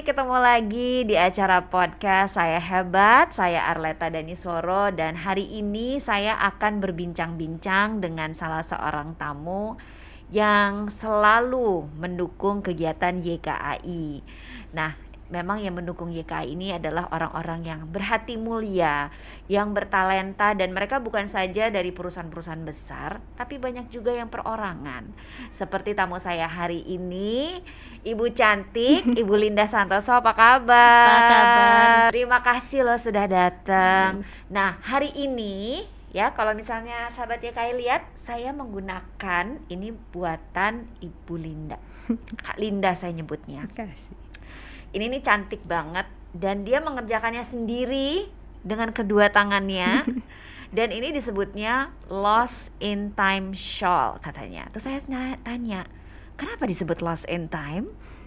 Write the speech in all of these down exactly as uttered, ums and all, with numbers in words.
Hai, ketemu lagi di acara podcast Saya Hebat. Saya Arleta Danisworo dan hari ini saya akan berbincang-bincang dengan salah seorang tamu yang selalu mendukung kegiatan Y K A I. Nah, memang yang mendukung Y K A I ini adalah orang-orang yang berhati mulia, yang bertalenta, dan mereka bukan saja dari perusahaan-perusahaan besar, tapi banyak juga yang perorangan. Seperti tamu saya hari ini, Ibu cantik, Ibu Linda Santoso, apa kabar? Apa kabar? Terima kasih loh sudah datang. Nah, hari ini ya, kalau misalnya sahabat Y K A I lihat, saya menggunakan ini buatan Ibu Linda. Kak Linda saya nyebutnya. Kasih. Ini nih cantik banget dan dia mengerjakannya sendiri dengan kedua tangannya. Dan ini disebutnya Lost in Time Shawl katanya. Terus saya tanya, kenapa disebut Lost in Time?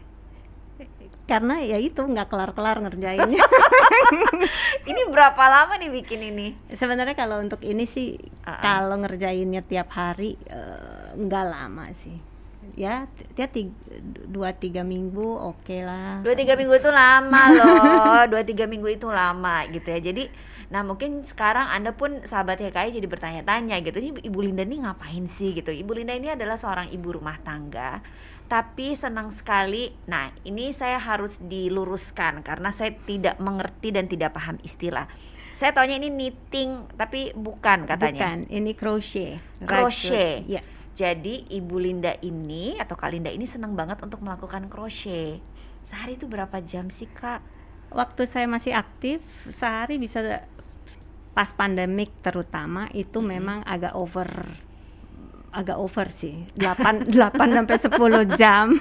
Karena ya itu nggak kelar-kelar ngerjainnya. Ini berapa lama nih bikin ini? Sebenarnya kalau untuk ini sih uh-uh. kalau ngerjainnya tiap hari uh, nggak lama sih. Ya, dia tiga, dua tiga minggu oke okay lah. Dua tiga minggu itu lama loh. Dua tiga minggu itu lama gitu ya. Jadi, nah mungkin sekarang Anda pun sahabat Y K A I jadi bertanya-tanya gitu. Ini Ibu Linda ini ngapain sih gitu? Ibu Linda ini adalah seorang ibu rumah tangga, tapi senang sekali. Nah, ini saya harus diluruskan karena saya tidak mengerti dan tidak paham istilah. Saya taunya ini knitting, tapi bukan katanya. Bukan, ini crochet. Crochet. Right. Ya. Jadi Ibu Linda ini atau Kak Linda ini senang banget untuk melakukan crochet. Sehari itu berapa jam sih Kak? Waktu saya masih aktif sehari bisa, pas pandemik terutama itu hmm. memang agak over agak over sih. delapan sampai sepuluh jam.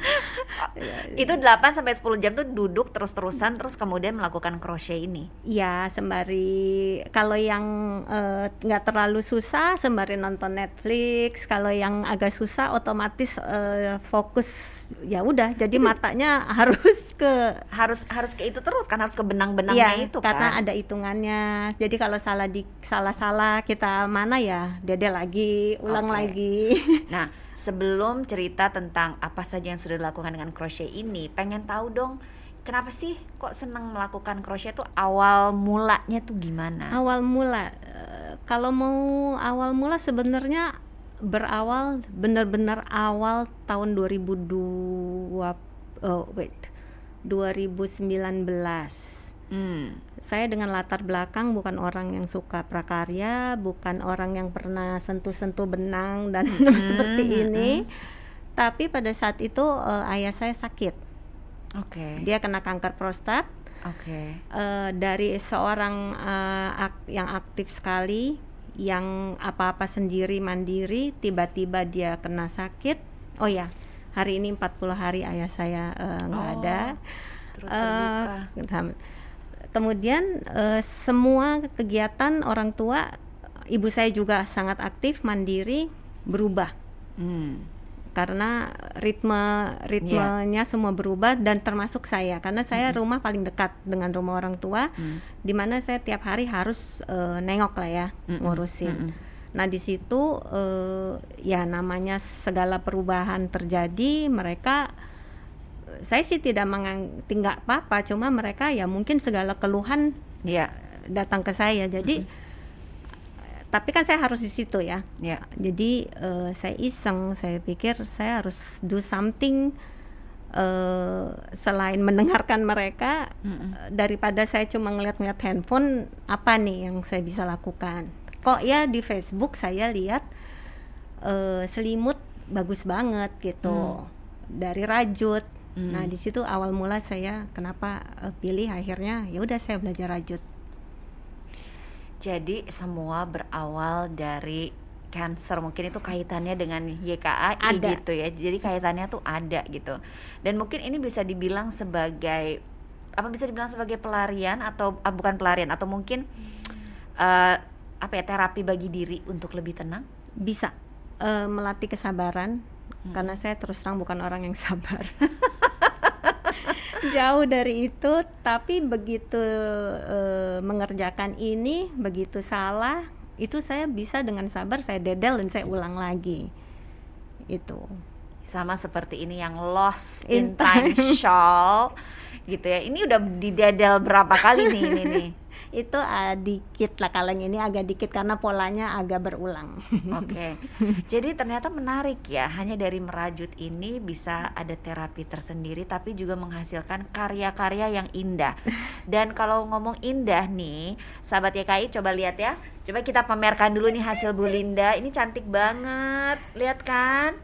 Itu delapan sampai sepuluh jam tuh duduk terus-terusan terus kemudian melakukan crochet ini. Ya, sembari kalau yang nggak uh, terlalu susah sembari nonton Netflix, kalau yang agak susah otomatis uh, fokus ya udah jadi itu, matanya harus ke harus harus ke itu terus kan, harus ke benang-benangnya ya, itu kan. Karena ada hitungannya. Jadi kalau salah di salah-salah kita mana ya dede lagi, ulang okay. lagi. Nah, sebelum cerita tentang apa saja yang sudah dilakukan dengan crochet ini, pengen tahu dong, kenapa sih kok senang melakukan crochet tuh? Awal mulanya tuh gimana? Awal mula, uh, kalau mau awal mula sebenarnya berawal benar-benar awal tahun dua ribu dua, oh wait, dua ribu sembilan belas. Hmm. Saya dengan latar belakang bukan orang yang suka prakarya, bukan orang yang pernah sentuh-sentuh benang dan hmm. seperti ini. Hmm. Tapi pada saat itu uh, ayah saya sakit. Oke. Okay. Dia kena kanker prostat. Oke. Okay. Uh, dari seorang uh, ak- yang aktif sekali, yang apa-apa sendiri mandiri, tiba-tiba dia kena sakit. Oh ya, hari ini empat puluh hari ayah saya nggak uh, oh, ada. Terus terbuka. Uh, Kemudian uh, semua kegiatan orang tua, ibu saya juga sangat aktif, mandiri, berubah. Hmm. Karena ritme ritmenya yeah. semua berubah dan termasuk saya, karena saya hmm. rumah paling dekat dengan rumah orang tua, hmm. di mana saya tiap hari harus uh, nengok lah ya, hmm. ngurusin. Hmm. Nah di situ uh, ya namanya segala perubahan terjadi, mereka saya sih tidak mengang, tidak apa-apa, cuma mereka ya mungkin segala keluhan ya datang ke saya. Jadi mm-hmm. tapi kan saya harus di situ ya. Yeah. Jadi uh, saya iseng, saya pikir saya harus do something uh, selain mendengarkan mereka, mm-hmm. daripada saya cuma ngeliat-ngeliat handphone, apa nih yang saya bisa lakukan. Kok ya di Facebook saya lihat uh, selimut bagus banget gitu, mm. dari rajut. Hmm. Nah di situ awal mula saya kenapa uh, pilih akhirnya ya udah saya belajar rajut. Jadi semua berawal dari cancer, mungkin itu kaitannya dengan Y K A I ada. Gitu ya. Jadi kaitannya tuh ada gitu. Dan mungkin ini bisa dibilang sebagai apa bisa dibilang sebagai pelarian atau ah, bukan pelarian atau mungkin uh, apa ya terapi bagi diri untuk lebih tenang? Bisa uh, melatih kesabaran. Hmm. Karena saya terus terang bukan orang yang sabar. Jauh dari itu, tapi begitu e, mengerjakan ini, begitu salah, itu saya bisa dengan sabar, saya dedel dan saya ulang lagi. Itu sama seperti ini yang Lost in Time Shawl gitu ya. Ini udah didadal berapa kali nih ini nih? Itu uh, dikit lah, kalau yang ini agak dikit karena polanya agak berulang. Oke, jadi ternyata menarik ya, hanya dari merajut ini bisa ada terapi tersendiri tapi juga menghasilkan karya-karya yang indah. Dan kalau ngomong indah nih, sahabat Y K I coba lihat ya, coba kita pamerkan dulu nih hasil Bu Linda, ini cantik banget, lihat kan?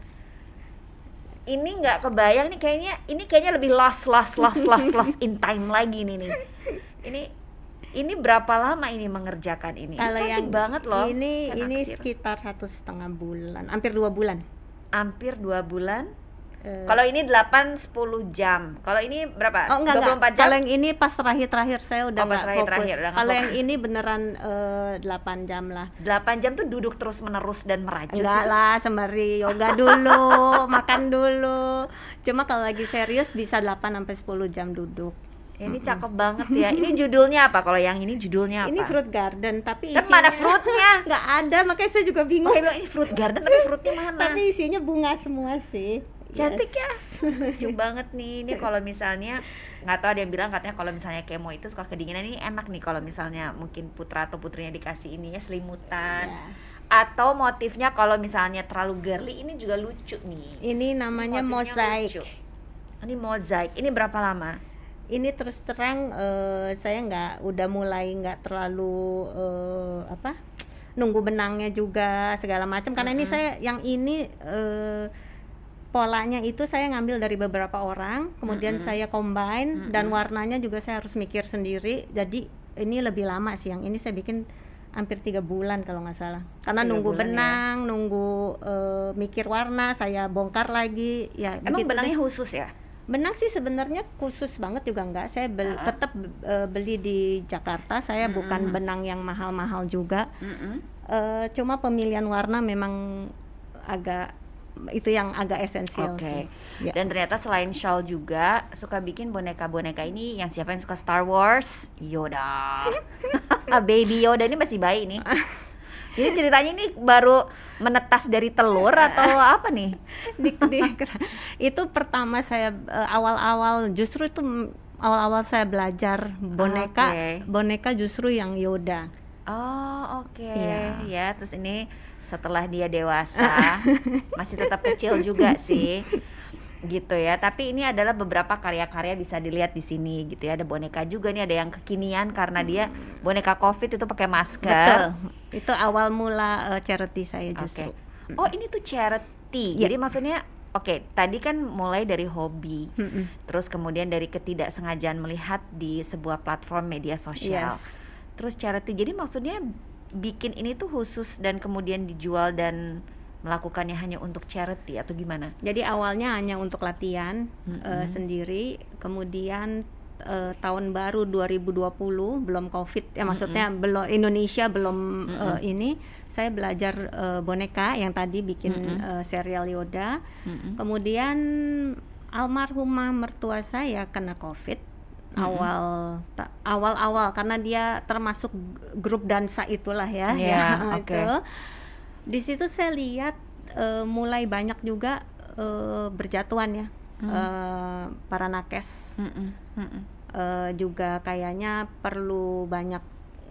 Ini nggak kebayang nih, kayaknya ini kayaknya lebih lost lost lost lost lost in time lagi nih nih. Ini Ini berapa lama ini mengerjakan ini? Kalau cantik yang banget loh. Ini Saya ini naksir. sekitar satu setengah bulan, hampir dua bulan. Hampir dua bulan. Uh, Kalau ini delapan sepuluh jam. Kalau ini berapa? Oh enggak, dua puluh empat enggak. jam. Kalau yang ini pas terakhir-terakhir saya udah Oh, pas enggak fokus. terakhir-terakhir udah nggak Kalau fokus. yang ini beneran uh, delapan jam lah. delapan jam tuh duduk terus menerus dan merajut. Enggak gitu. lah, sembari yoga dulu, makan dulu. Cuma kalau lagi serius bisa delapan sampai sepuluh jam duduk. Ini cakep banget ya. Ini judulnya apa? Kalau yang ini judulnya apa? Ini fruit garden, tapi Kan isinya mana fruitnya? nggak ada, makanya saya juga bingung. Oke, bilang ini fruit garden tapi fruitnya mana? Tapi isinya bunga semua sih. Cantik Yes. ya, lucu banget nih. Ini kalau misalnya nggak tahu, ada yang bilang katanya kalau misalnya kemo itu suka kedinginan, ini enak nih kalau misalnya mungkin putra atau putrinya dikasih ini ya, selimutan. Ya. Atau motifnya kalau misalnya terlalu girly, ini juga lucu nih. Ini namanya Motifnya mozaik. lucu. Ini mozaik. Ini berapa lama? Ini terus terang eh, saya nggak udah mulai nggak terlalu eh, apa nunggu benangnya juga segala macam, karena Mm-hmm. ini saya yang ini eh, polanya itu saya ngambil dari beberapa orang, kemudian Mm-mm. saya combine, Mm-mm. dan warnanya juga saya harus mikir sendiri. Jadi ini lebih lama sih, yang ini saya bikin hampir tiga bulan kalau nggak salah, karena Tiga nunggu bulan benang, nunggu eh, mikir warna, saya bongkar lagi ya. Emang begitu benangnya deh. khusus ya? Benang sih sebenarnya khusus banget juga enggak, saya bel- Uh-uh. tetap uh, beli di Jakarta, saya Mm-mm. bukan benang yang mahal-mahal juga. Mm-mm. Uh, cuma pemilihan warna memang agak, itu yang agak esensial Oke. sih. Ya. Dan ternyata selain shawl juga suka bikin boneka-boneka ini. Yang siapa yang suka Star Wars? Yoda. Baby Yoda ini masih bayi nih. Ini ceritanya ini baru menetas dari telur atau apa nih? Di- di- itu pertama saya uh, awal-awal justru itu mm, awal-awal saya belajar boneka, Oke. boneka justru yang Yoda. Oh oke. Iya. Ya terus ini setelah dia dewasa masih tetap kecil juga sih. Gitu ya, tapi ini adalah beberapa karya-karya bisa dilihat di sini gitu ya. Ada boneka juga nih, ada yang kekinian karena dia boneka COVID itu pakai masker. Betul. Itu awal mula uh, charity saya justru. Oke. Oh ini tuh charity. Ya. Jadi maksudnya, oke, tadi kan mulai dari hobi, Mm-mm. terus kemudian dari ketidaksengajaan melihat di sebuah platform media sosial, Yes. terus charity. Jadi maksudnya bikin ini tuh khusus dan kemudian dijual dan melakukannya hanya untuk charity atau gimana? Jadi awalnya hanya untuk latihan Mm-mm. uh, sendiri, kemudian uh, tahun baru dua ribu dua puluh belum COVID, ya maksudnya belum Indonesia belum uh, ini, saya belajar uh, boneka yang tadi bikin Mm-mm. uh, serial Yoda. Mm-mm. Kemudian almarhumah mertua saya kena COVID awal ta- awal-awal karena dia termasuk grup dansa itulah ya. Iya, ya, oke. itu. Di situ saya lihat eh, mulai banyak juga eh, berjatuhan ya eh, para nakes. Mm-mm. Mm-mm. Eh, juga kayaknya perlu banyak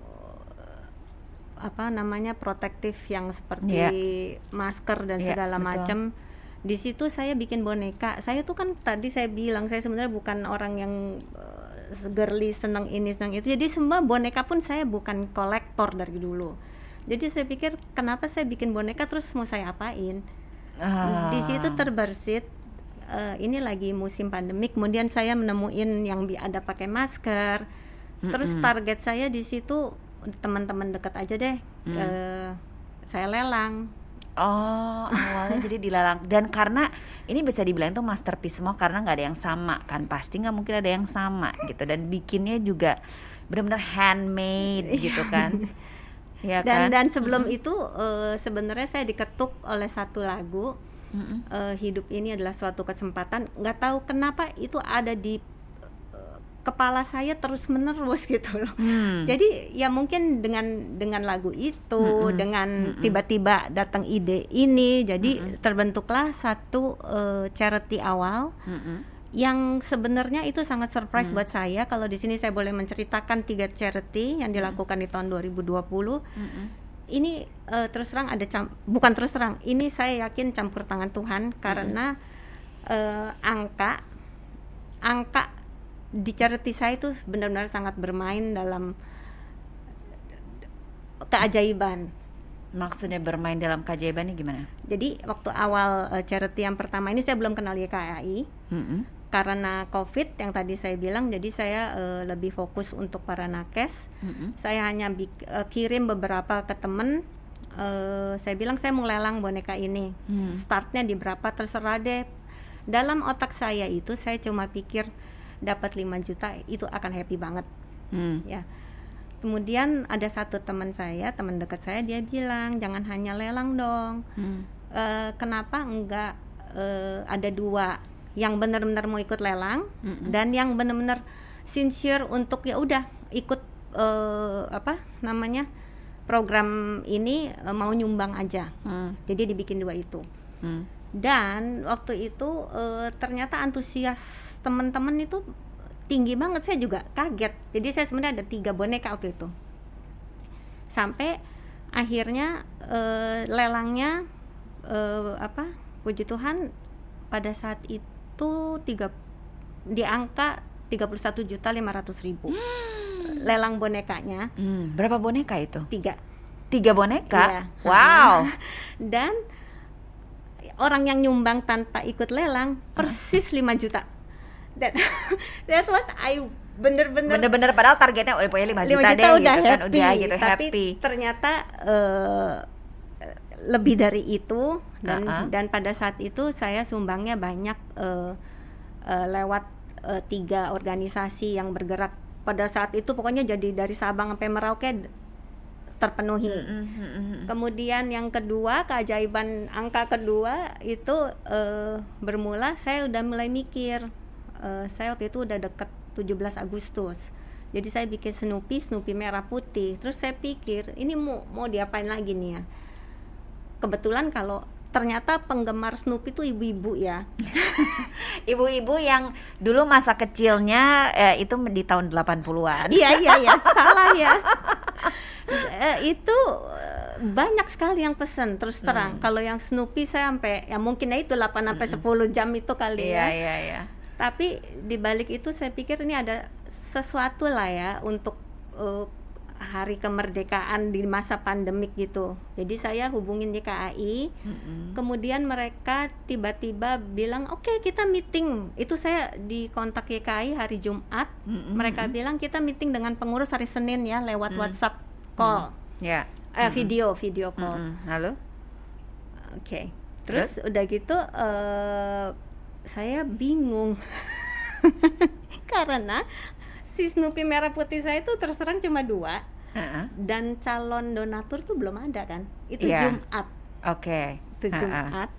eh, apa namanya protektif yang seperti Iya. masker dan Iya, segala betul. macam. Di situ saya bikin boneka. Saya tuh kan tadi saya bilang saya sebenarnya bukan orang yang uh, girly, senang ini senang itu. Jadi semua boneka pun saya bukan kolektor dari dulu. Jadi saya pikir kenapa saya bikin boneka terus mau saya apain? Ah. Di situ terbersit uh, ini lagi musim pandemi. Kemudian saya menemuin yang bi- ada pakai masker. Terus Mm-mm. target saya di situ teman-teman dekat aja deh. Mm. Uh, saya lelang. Oh, awalnya jadi dilelang. Dan karena ini bisa dibilang tuh masterpiece semua karena nggak ada yang sama kan, pasti nggak mungkin ada yang sama gitu. Dan bikinnya juga benar-benar handmade gitu kan. Ya dan kan? dan sebelum itu uh, sebenarnya saya diketuk oleh satu lagu. Mm-mm. uh, hidup ini adalah suatu kesempatan. Nggak tahu kenapa itu ada di uh, kepala saya terus menerus gitu loh. Hmm. Jadi ya mungkin dengan dengan lagu itu, Mm-mm. dengan Mm-mm. tiba-tiba datang ide ini, jadi Mm-mm. terbentuklah satu uh, charity awal Mm-mm. yang sebenarnya itu sangat surprise Hmm. buat saya. Kalau di sini saya boleh menceritakan tiga charity yang dilakukan di tahun dua ribu dua puluh. Mm-mm. Ini uh, terus terang ada cam- bukan terus terang. Ini saya yakin campur tangan Tuhan karena uh, angka angka di charity saya itu benar-benar sangat bermain dalam keajaiban. Maksudnya bermain dalam keajaibannya gimana? Jadi waktu awal uh, charity yang pertama ini saya belum kenal Y K A I. Mm-mm. Karena COVID yang tadi saya bilang, jadi saya uh, lebih fokus untuk para nakes. Mm-mm. Saya hanya bik- uh, kirim beberapa ke temen. Uh, saya bilang saya mau lelang boneka ini. Hmm. Startnya di berapa terserah deh. Dalam otak saya itu saya cuma pikir dapat lima juta itu akan happy banget. Hmm. Ya. Kemudian ada satu teman saya, teman dekat saya, dia bilang jangan hanya lelang dong. Hmm. Uh, kenapa enggak uh, ada dua yang benar-benar mau ikut lelang Mm-mm. dan yang benar-benar sincere untuk ya udah ikut uh, apa namanya program ini uh, mau nyumbang aja. Hmm. Jadi dibikin dua itu. Hmm. Dan waktu itu uh, ternyata antusias teman-teman itu tinggi banget, saya juga kaget. Jadi saya sebenarnya ada tiga boneka waktu itu. Sampai akhirnya uh, lelangnya uh, apa? Puji Tuhan pada saat itu tiga di angka tiga puluh satu juta lima ratus ribu. Hmm. Lelang bonekanya. Hmm. Berapa boneka itu? Tiga. Tiga boneka? Iya. Wow. Dan orang yang nyumbang tanpa ikut lelang persis lima juta. That, that's what I bener-bener Bener-bener padahal targetnya udah punya lima juta, juta deh udah gitu kan, happy, udah gitu tapi happy. ternyata uh, lebih dari itu dan Uh-uh. dan pada saat itu saya sumbangnya banyak uh, uh, lewat uh, tiga organisasi yang bergerak pada saat itu, pokoknya jadi dari Sabang sampai Merauke terpenuhi. Mm-mm, mm-mm. Kemudian yang kedua, keajaiban angka kedua itu uh, bermula saya udah mulai mikir, uh, saya waktu itu udah deket tujuh belas Agustus. Jadi saya bikin Snoopy, Snoopy merah putih. Terus saya pikir, ini mau mau diapain lagi nih ya? Kebetulan kalau ternyata penggemar Snoopy itu ibu-ibu ya. Ibu-ibu yang dulu masa kecilnya eh, itu di tahun delapan puluhan. Iya iya ya, salah ya. Eh, itu eh, banyak sekali yang pesen terus terang. Hmm. Kalau yang Snoopy saya sampai ya mungkin itu delapan sampai sepuluh jam itu kali Iya ya. iya iya. Tapi di balik itu saya pikir ini ada sesuatu lah ya untuk uh, hari kemerdekaan di masa pandemik gitu. Jadi saya hubungin Y K A I. Mm-mm. Kemudian mereka tiba-tiba bilang oke okay, kita meeting. Itu saya di kontak Y K A I hari Jumat. Mm-mm. Mereka bilang kita meeting dengan pengurus hari Senin ya lewat Mm. WhatsApp call. Ya. Eh Mm-mm. video video call. Mm-mm. Lalu? Oke. Okay. Terus, Terus udah gitu uh, saya bingung karena si Snoopy merah putih saya itu terus terang cuma dua. Uh-uh. Dan calon donatur tuh belum ada kan? Itu Yeah. Jumat. Oke. Itu Jumat.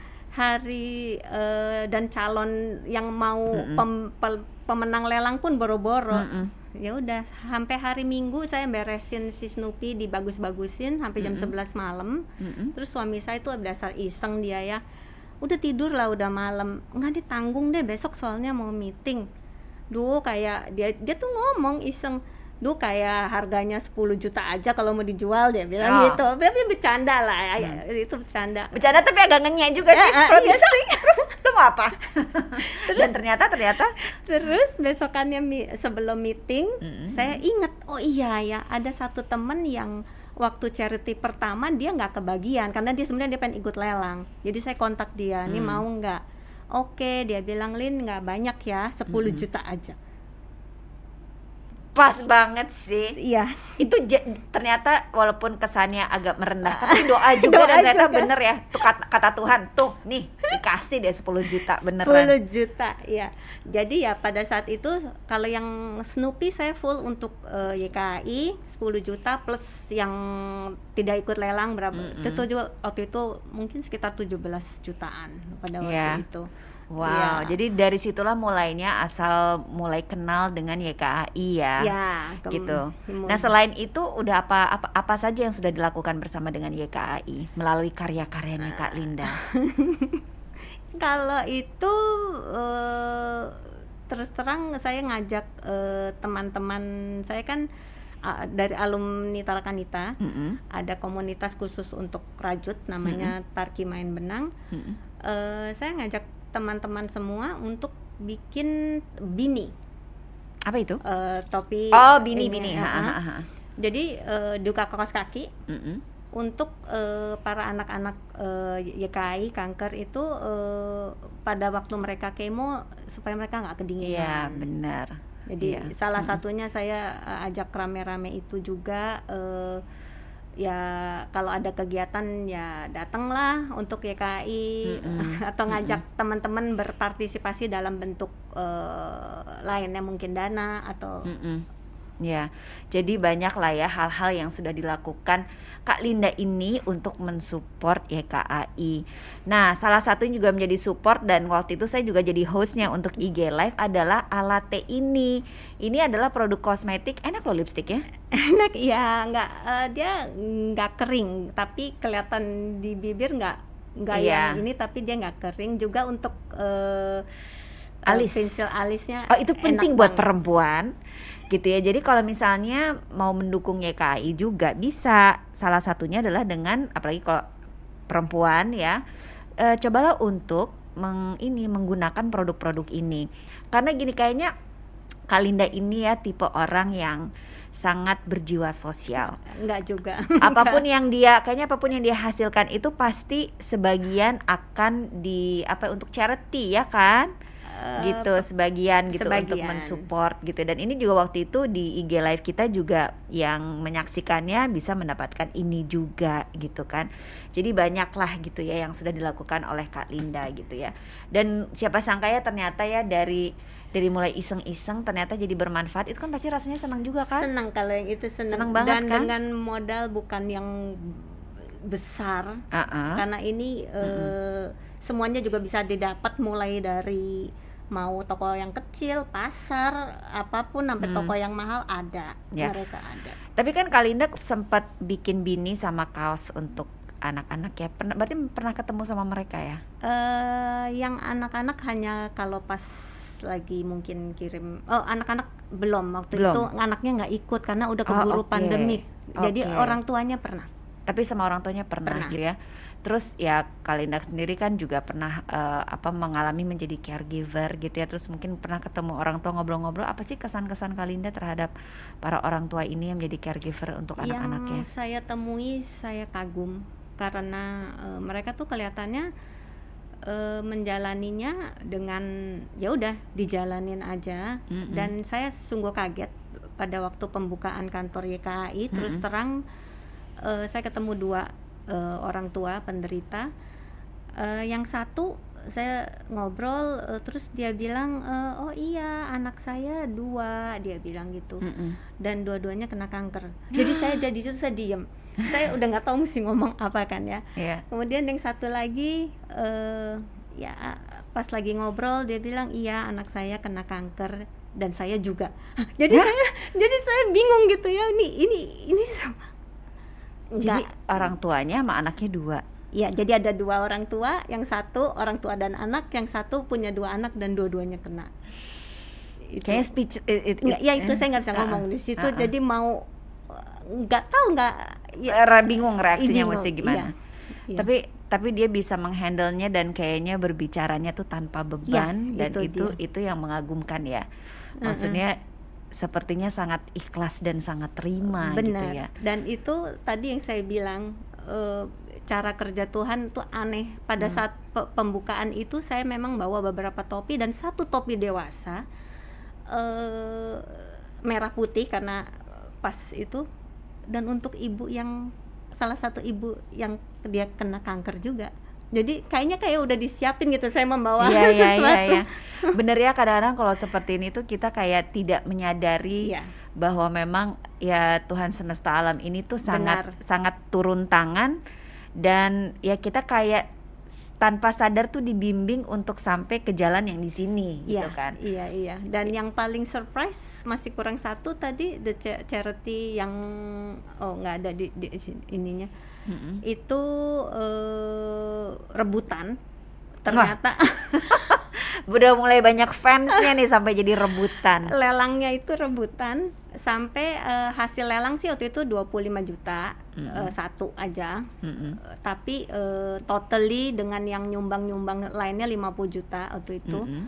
Hari uh, dan calon yang mau Mm-mm. pem, pel- pemenang lelang pun boro-boro. Mm-mm. Ya udah sampai hari Minggu saya beresin si Snoopy, dibagus-bagusin sampai jam Mm-mm. sebelas malam. Mm-mm. Terus suami saya itu dasar iseng dia ya. Udah tidur lah udah malam. Enggak ditanggung deh besok soalnya mau meeting. Duh kayak dia dia tuh ngomong iseng. Duh kayak harganya sepuluh juta aja kalau mau dijual, dia bilang Oh. gitu. Tapi bercanda lah ya, Hmm. itu bercanda. Bercanda tapi agak ngenyek juga sih. Eh, eh, Kalau iya bisa, terus lu mau apa? Dan ternyata ternyata Terus besokannya mi- sebelum meeting, Mm-mm. saya ingat, oh iya ya, ada satu temen yang waktu charity pertama dia nggak kebagian karena dia sebenarnya dia pengen ikut lelang. Jadi saya kontak dia, nih Hmm. mau nggak? Oke, dia bilang Lin nggak banyak ya, sepuluh Mm-mm. juta aja. pas banget sih. Iya. Itu j- ternyata walaupun kesannya agak merendah, tapi doa juga Doa dan ternyata juga. bener ya. Tuh kata, kata Tuhan, tuh nih dikasih deh sepuluh juta beneran. sepuluh juta ya. Jadi ya pada saat itu kalau yang Snoopy saya full untuk uh, Y K A I sepuluh juta plus yang tidak ikut lelang berapa? Mm-mm. Itu juga waktu itu mungkin sekitar tujuh belas jutaan pada waktu Iya. itu. Wow, Iya. jadi dari situlah mulainya asal mulai kenal dengan Y K A I ya. Ya, kem- Gitu. kemu- Nah, selain itu udah apa apa apa saja yang sudah dilakukan bersama dengan Y K A I melalui karya-karyanya Kak Linda? Kalau itu uh, terus terang saya ngajak uh, teman-teman saya kan uh, dari alumni Talakanita, mm-hmm. ada komunitas khusus untuk rajut namanya mm-hmm. Tarki Main Benang. Mm-hmm. uh, saya ngajak teman-teman semua untuk bikin bini. Apa itu? Uh, topi. Oh, bini bini. Uh, uh, Jadi uh, duka kaos kaki. Mm-hmm. Untuk uh, para anak-anak uh, Y K I kanker itu uh, pada waktu mereka kemo supaya mereka nggak kedinginan. Iya benar. Jadi ya. salah hmm. satunya saya uh, ajak rame-rame itu juga uh, ya kalau ada kegiatan ya datanglah untuk Y K I mm-hmm. atau ngajak mm-hmm. teman-teman berpartisipasi dalam bentuk uh, lainnya mungkin dana atau mm-hmm. Ya, jadi banyak lah ya hal-hal yang sudah dilakukan Kak Linda ini untuk mensupport Y K A I. Nah, salah satu juga menjadi support dan waktu itu saya juga jadi hostnya untuk I G Live adalah Alate ini. Ini adalah produk kosmetik, enak loh lipstiknya. Enak ya, nggak uh, dia nggak kering, tapi kelihatan di bibir nggak nggak iya. yang ini, tapi dia nggak kering juga untuk uh, alis. Pensil alisnya. Oh, itu penting buat banget. Perempuan. Gitu ya. Jadi kalau misalnya mau mendukung Y K I juga bisa. Salah satunya adalah dengan apalagi kalau perempuan ya, e, cobalah untuk meng, ini menggunakan produk-produk ini. Karena gini kayaknya Kak Linda ini ya tipe orang yang sangat berjiwa sosial. Enggak juga. Apapun yang dia kayaknya apapun yang dia hasilkan itu pasti sebagian akan di apa untuk charity ya kan? Gitu sebagian gitu sebagian. Untuk mensupport gitu. Dan ini juga waktu itu di I G Live kita juga yang menyaksikannya bisa mendapatkan ini juga gitu kan. Jadi banyak lah gitu ya yang sudah dilakukan oleh Kak Linda gitu ya. Dan siapa sangka ya ternyata ya dari dari mulai iseng-iseng ternyata jadi bermanfaat. Itu kan pasti rasanya senang juga kan? Senang kalau yang itu senang, senang banget dan kan? Dengan modal bukan yang besar. Uh-uh. Karena ini uh-uh. uh, semuanya juga bisa didapat mulai dari mau toko yang kecil, pasar, apapun sampai hmm. toko yang mahal ada, ya. Mereka ada. Tapi kan Kak Linda sempat bikin bini sama kaos untuk anak-anak ya. Pernah, berarti pernah ketemu sama mereka ya? Uh, yang anak-anak hanya kalau pas lagi mungkin kirim. Oh, anak-anak belum waktu belum. Itu anaknya nggak ikut karena udah keburu oh, okay. pandemik. Jadi okay. orang tuanya pernah. Tapi sama orang tuanya pernah, pernah. Gitu ya. Terus ya Kak Linda sendiri kan juga pernah uh, apa mengalami menjadi caregiver gitu ya. Terus mungkin pernah ketemu orang tua ngobrol-ngobrol, apa sih kesan-kesan Kak Linda terhadap para orang tua ini yang menjadi caregiver untuk yang anak-anaknya? Yang saya temui saya kagum karena uh, mereka tuh kelihatannya uh, menjalaninya dengan ya udah dijalanin aja. Mm-hmm. Dan saya sungguh kaget pada waktu pembukaan kantor Y K A I. Terus mm-hmm. terang uh, saya ketemu dua Uh, orang tua penderita, uh, yang satu saya ngobrol uh, terus dia bilang uh, oh iya anak saya dua, dia bilang gitu. Mm-mm. Dan dua-duanya kena kanker. Jadi saya dari situ saya diem, saya udah nggak tahu mesti ngomong apa kan ya. Yeah. Kemudian yang satu lagi uh, ya pas lagi ngobrol dia bilang iya anak saya kena kanker dan saya juga. Jadi saya jadi saya bingung gitu ya, ini ini ini sama. Jadi Enggak. Orang tuanya sama anaknya dua. Ya, jadi ada dua orang tua, yang satu orang tua dan anak, yang satu punya dua anak dan dua-duanya kena. Kayaknya speech it, it, it, ya itu eh, saya nggak bisa uh, ngomong di situ. Uh, uh. Jadi mau nggak tahu nggak ya, bingung reaksinya mesti gimana. Iya, iya. Tapi tapi dia bisa menghandlenya dan kayaknya berbicaranya tuh tanpa beban ya, dan itu itu, itu yang mengagumkan ya. Maksudnya uh-uh. sepertinya sangat ikhlas dan sangat terima. Benar. Gitu ya. Dan itu tadi yang saya bilang uh, cara kerja Tuhan tuh aneh. Pada hmm. saat pe- pembukaan itu saya memang bawa beberapa topi dan satu topi dewasa uh, merah putih karena pas itu, dan untuk ibu yang salah satu ibu yang dia kena kanker juga. Jadi kayaknya kayak udah disiapin gitu saya membawa ya, sesuatu. Ya, ya, ya. Bener ya, kadang-kadang kalau seperti ini tuh kita kayak tidak menyadari ya. Bahwa memang ya Tuhan semesta alam ini tuh sangat Benar. sangat turun tangan, dan ya kita kayak tanpa sadar tuh dibimbing untuk sampai ke jalan yang di sini ya, gitu kan. Iya iya. Dan yang paling surprise masih kurang satu tadi, the charity yang oh nggak ada di, di ininya. Mm-hmm. Itu uh, rebutan ternyata udah mulai banyak fansnya nih sampai jadi rebutan. Lelangnya itu rebutan sampai uh, hasil lelang sih waktu itu dua puluh lima juta mm-hmm. uh, satu aja. Mm-hmm. Uh, tapi uh, totally dengan yang nyumbang-nyumbang lainnya lima puluh juta waktu itu. Mm-hmm.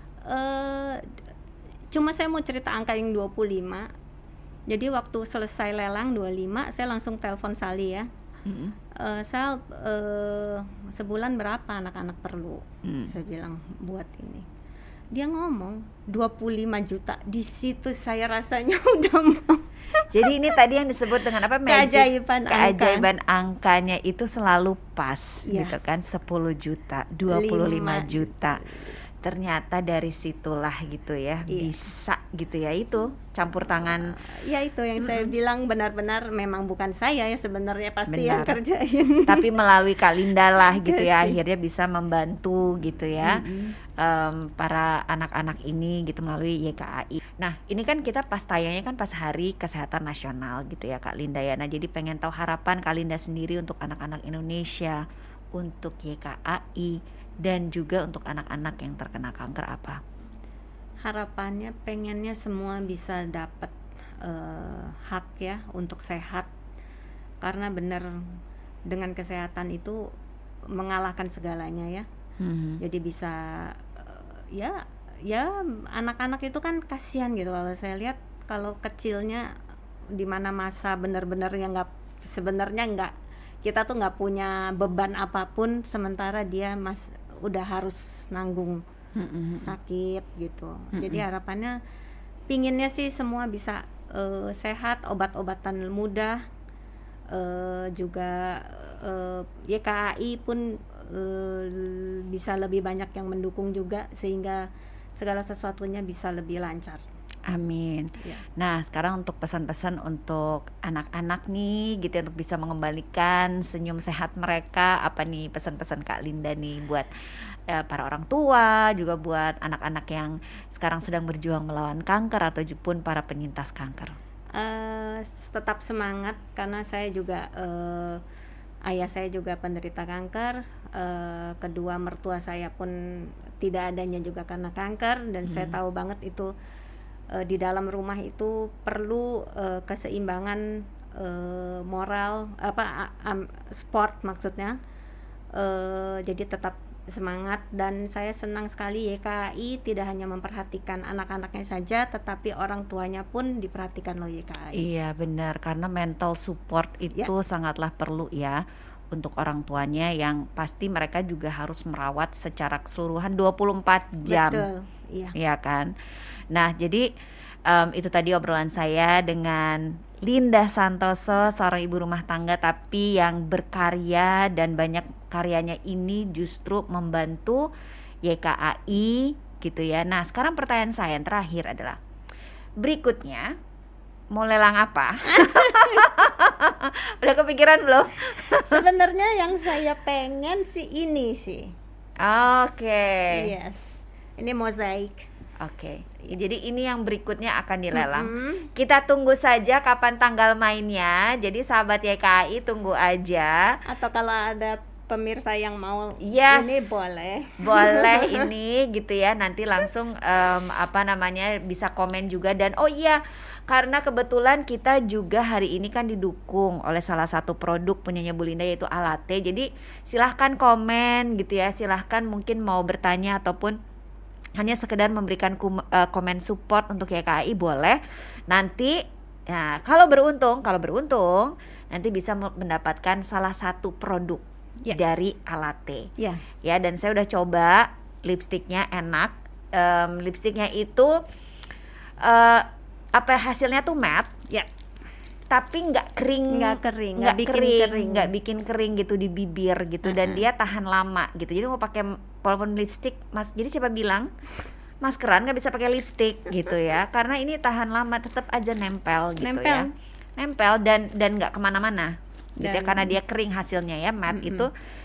uh, cuma saya mau cerita angka yang dua puluh lima. Jadi waktu selesai lelang dua puluh lima saya langsung telepon Sally ya. Mm-hmm. uh, Sal, uh, sebulan berapa anak-anak perlu? Mm. Saya bilang buat ini. Dia ngomong dua puluh lima juta. Di situ saya rasanya udah mau. Jadi ini tadi yang disebut dengan apa? Magic, keajaiban keajaiban angka. Angkanya itu selalu pas ya. Gitu kan, sepuluh juta, dua puluh lima juta. Ternyata dari situlah gitu ya, iya. Bisa gitu ya, itu campur tangan. Ya itu yang mm-hmm. saya bilang benar-benar memang bukan saya ya sebenarnya pasti Benar. Yang kerjain. Tapi melalui Kak Linda lah gitu ya, akhirnya bisa membantu gitu ya mm-hmm. um, para anak-anak ini gitu melalui Y K A I. Nah ini kan kita pas tayangnya kan pas Hari Kesehatan Nasional gitu ya Kak Linda ya. Nah jadi pengen tahu harapan Kak Linda sendiri untuk anak-anak Indonesia, untuk Y K A I dan juga untuk anak-anak yang terkena kanker apa? Harapannya pengennya semua bisa dapat uh, hak ya untuk sehat, karena benar dengan kesehatan itu mengalahkan segalanya ya. Mm-hmm. Jadi bisa uh, ya ya anak-anak itu kan kasihan gitu kalau saya lihat, kalau kecilnya di mana masa benar-benar yang nggak sebenarnya nggak kita tuh nggak punya beban apapun, sementara dia mas udah harus nanggung mm-hmm. sakit gitu. Mm-hmm. Jadi harapannya pinginnya sih semua bisa uh, sehat, obat-obatan mudah, uh, juga uh, Y K A I pun uh, bisa lebih banyak yang mendukung juga sehingga segala sesuatunya bisa lebih lancar. Amin. Ya. Nah sekarang untuk pesan-pesan untuk anak-anak nih gitu, untuk bisa mengembalikan senyum sehat mereka, apa nih pesan-pesan Kak Linda nih buat uh, para orang tua, juga buat anak-anak yang sekarang sedang berjuang melawan kanker ataupun para penyintas kanker? Uh, tetap semangat, karena saya juga uh, ayah saya juga penderita kanker, uh, kedua mertua saya pun tidak adanya juga karena kanker, dan hmm. saya tahu banget itu Uh, di dalam rumah itu perlu uh, keseimbangan uh, moral apa um, sport maksudnya, uh, jadi tetap semangat. Dan saya senang sekali Y K A I tidak hanya memperhatikan anak-anaknya saja, tetapi orang tuanya pun diperhatikan loh Y K A I. Iya benar, karena mental support itu ya. Sangatlah perlu ya untuk orang tuanya, yang pasti mereka juga harus merawat secara keseluruhan dua puluh empat jam. Betul, iya. Iya kan? Nah, jadi um, itu tadi obrolan saya dengan Linda Santoso, seorang ibu rumah tangga tapi yang berkarya, dan banyak karyanya ini justru membantu Y K A I gitu ya. Nah, sekarang pertanyaan saya yang terakhir adalah, berikutnya mau lelang apa? Udah kepikiran belum? Sebenarnya yang saya pengen sih ini sih. Oke. Okay. Yes. Ini mozaik. Oke, okay. Jadi ini yang berikutnya akan dilelang. Mm-hmm. Kita tunggu saja kapan tanggal mainnya. Jadi sahabat Y K A I tunggu aja. Atau kalau ada pemirsa yang mau yes, ini boleh. Boleh ini gitu ya. Nanti langsung um, apa namanya bisa komen juga. Dan oh iya, karena kebetulan kita juga hari ini kan didukung oleh salah satu produk punyanya Bu Linda, yaitu Alate. Jadi silahkan komen gitu ya. Silahkan mungkin mau bertanya ataupun hanya sekedar memberikan kum, uh, komen support untuk Y K A I boleh. Nanti nah, kalau beruntung, kalau beruntung nanti bisa mendapatkan salah satu produk yeah. dari Alate. Yeah. Ya, dan saya udah coba lipstiknya, enak. Um, lipstiknya itu uh, apa hasilnya tuh matte. Ya. Yeah. Tapi nggak kering, nggak kering, nggak bikin kering, kering, nggak bikin kering gitu di bibir gitu, uh-huh. dan dia tahan lama gitu. Jadi mau pakai walaupun lipstick, mas, jadi siapa bilang maskeran nggak bisa pakai lipstick gitu ya? Karena ini tahan lama, tetap aja nempel gitu nempel. ya, nempel dan dan nggak kemana-mana gitu ya, karena dia kering hasilnya ya matte mm-hmm. itu.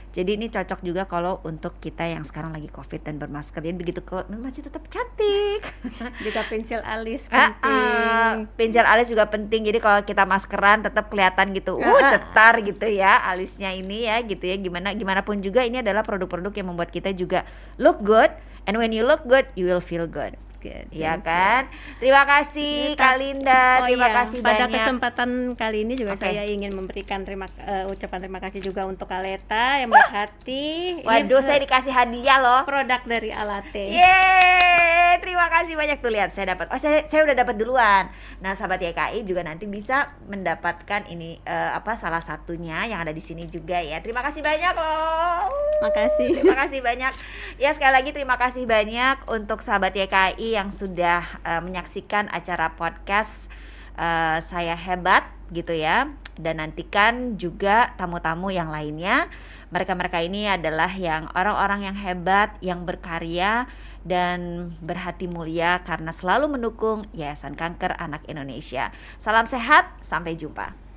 Jadi ini cocok juga kalau untuk kita yang sekarang lagi COVID dan bermasker. Jadi begitu keluar masih tetap cantik. Juga pensil alis Ah, penting. ah, pensil alis juga penting. Jadi kalau kita maskeran tetap kelihatan gitu, uh Ah, ah. cetar gitu ya alisnya ini ya gitu ya. Gimana gimana pun juga ini adalah produk-produk yang membuat kita juga look good. And when you look good, you will feel good. Good, Iya thank you. kan? Terima kasih Kak Linda. Oh Terima iya, kasih pada banyak. kesempatan kali ini juga Oke. saya ingin memberikan terima eh, ucapan terima kasih juga untuk Aleta yang baik hati. Ini Waduh, se- saya dikasih hadiah loh. produk dari Alate. Yeay, terima kasih banyak tuh, lihat saya dapat. Oh, saya saya udah dapat duluan. Nah, sahabat Y K I juga nanti bisa mendapatkan ini eh, apa salah satunya yang ada di sini juga ya. Terima kasih banyak loh. Makasih. Terima kasih banyak. Ya, sekali lagi terima kasih banyak untuk sahabat Y K I yang sudah eh, menyaksikan acara podcast eh, Saya Hebat gitu ya. Dan nantikan juga tamu-tamu yang lainnya. Mereka-mereka ini adalah yang orang-orang yang hebat, yang berkarya dan berhati mulia karena selalu mendukung Yayasan Kanker Anak Indonesia. Salam sehat, sampai jumpa.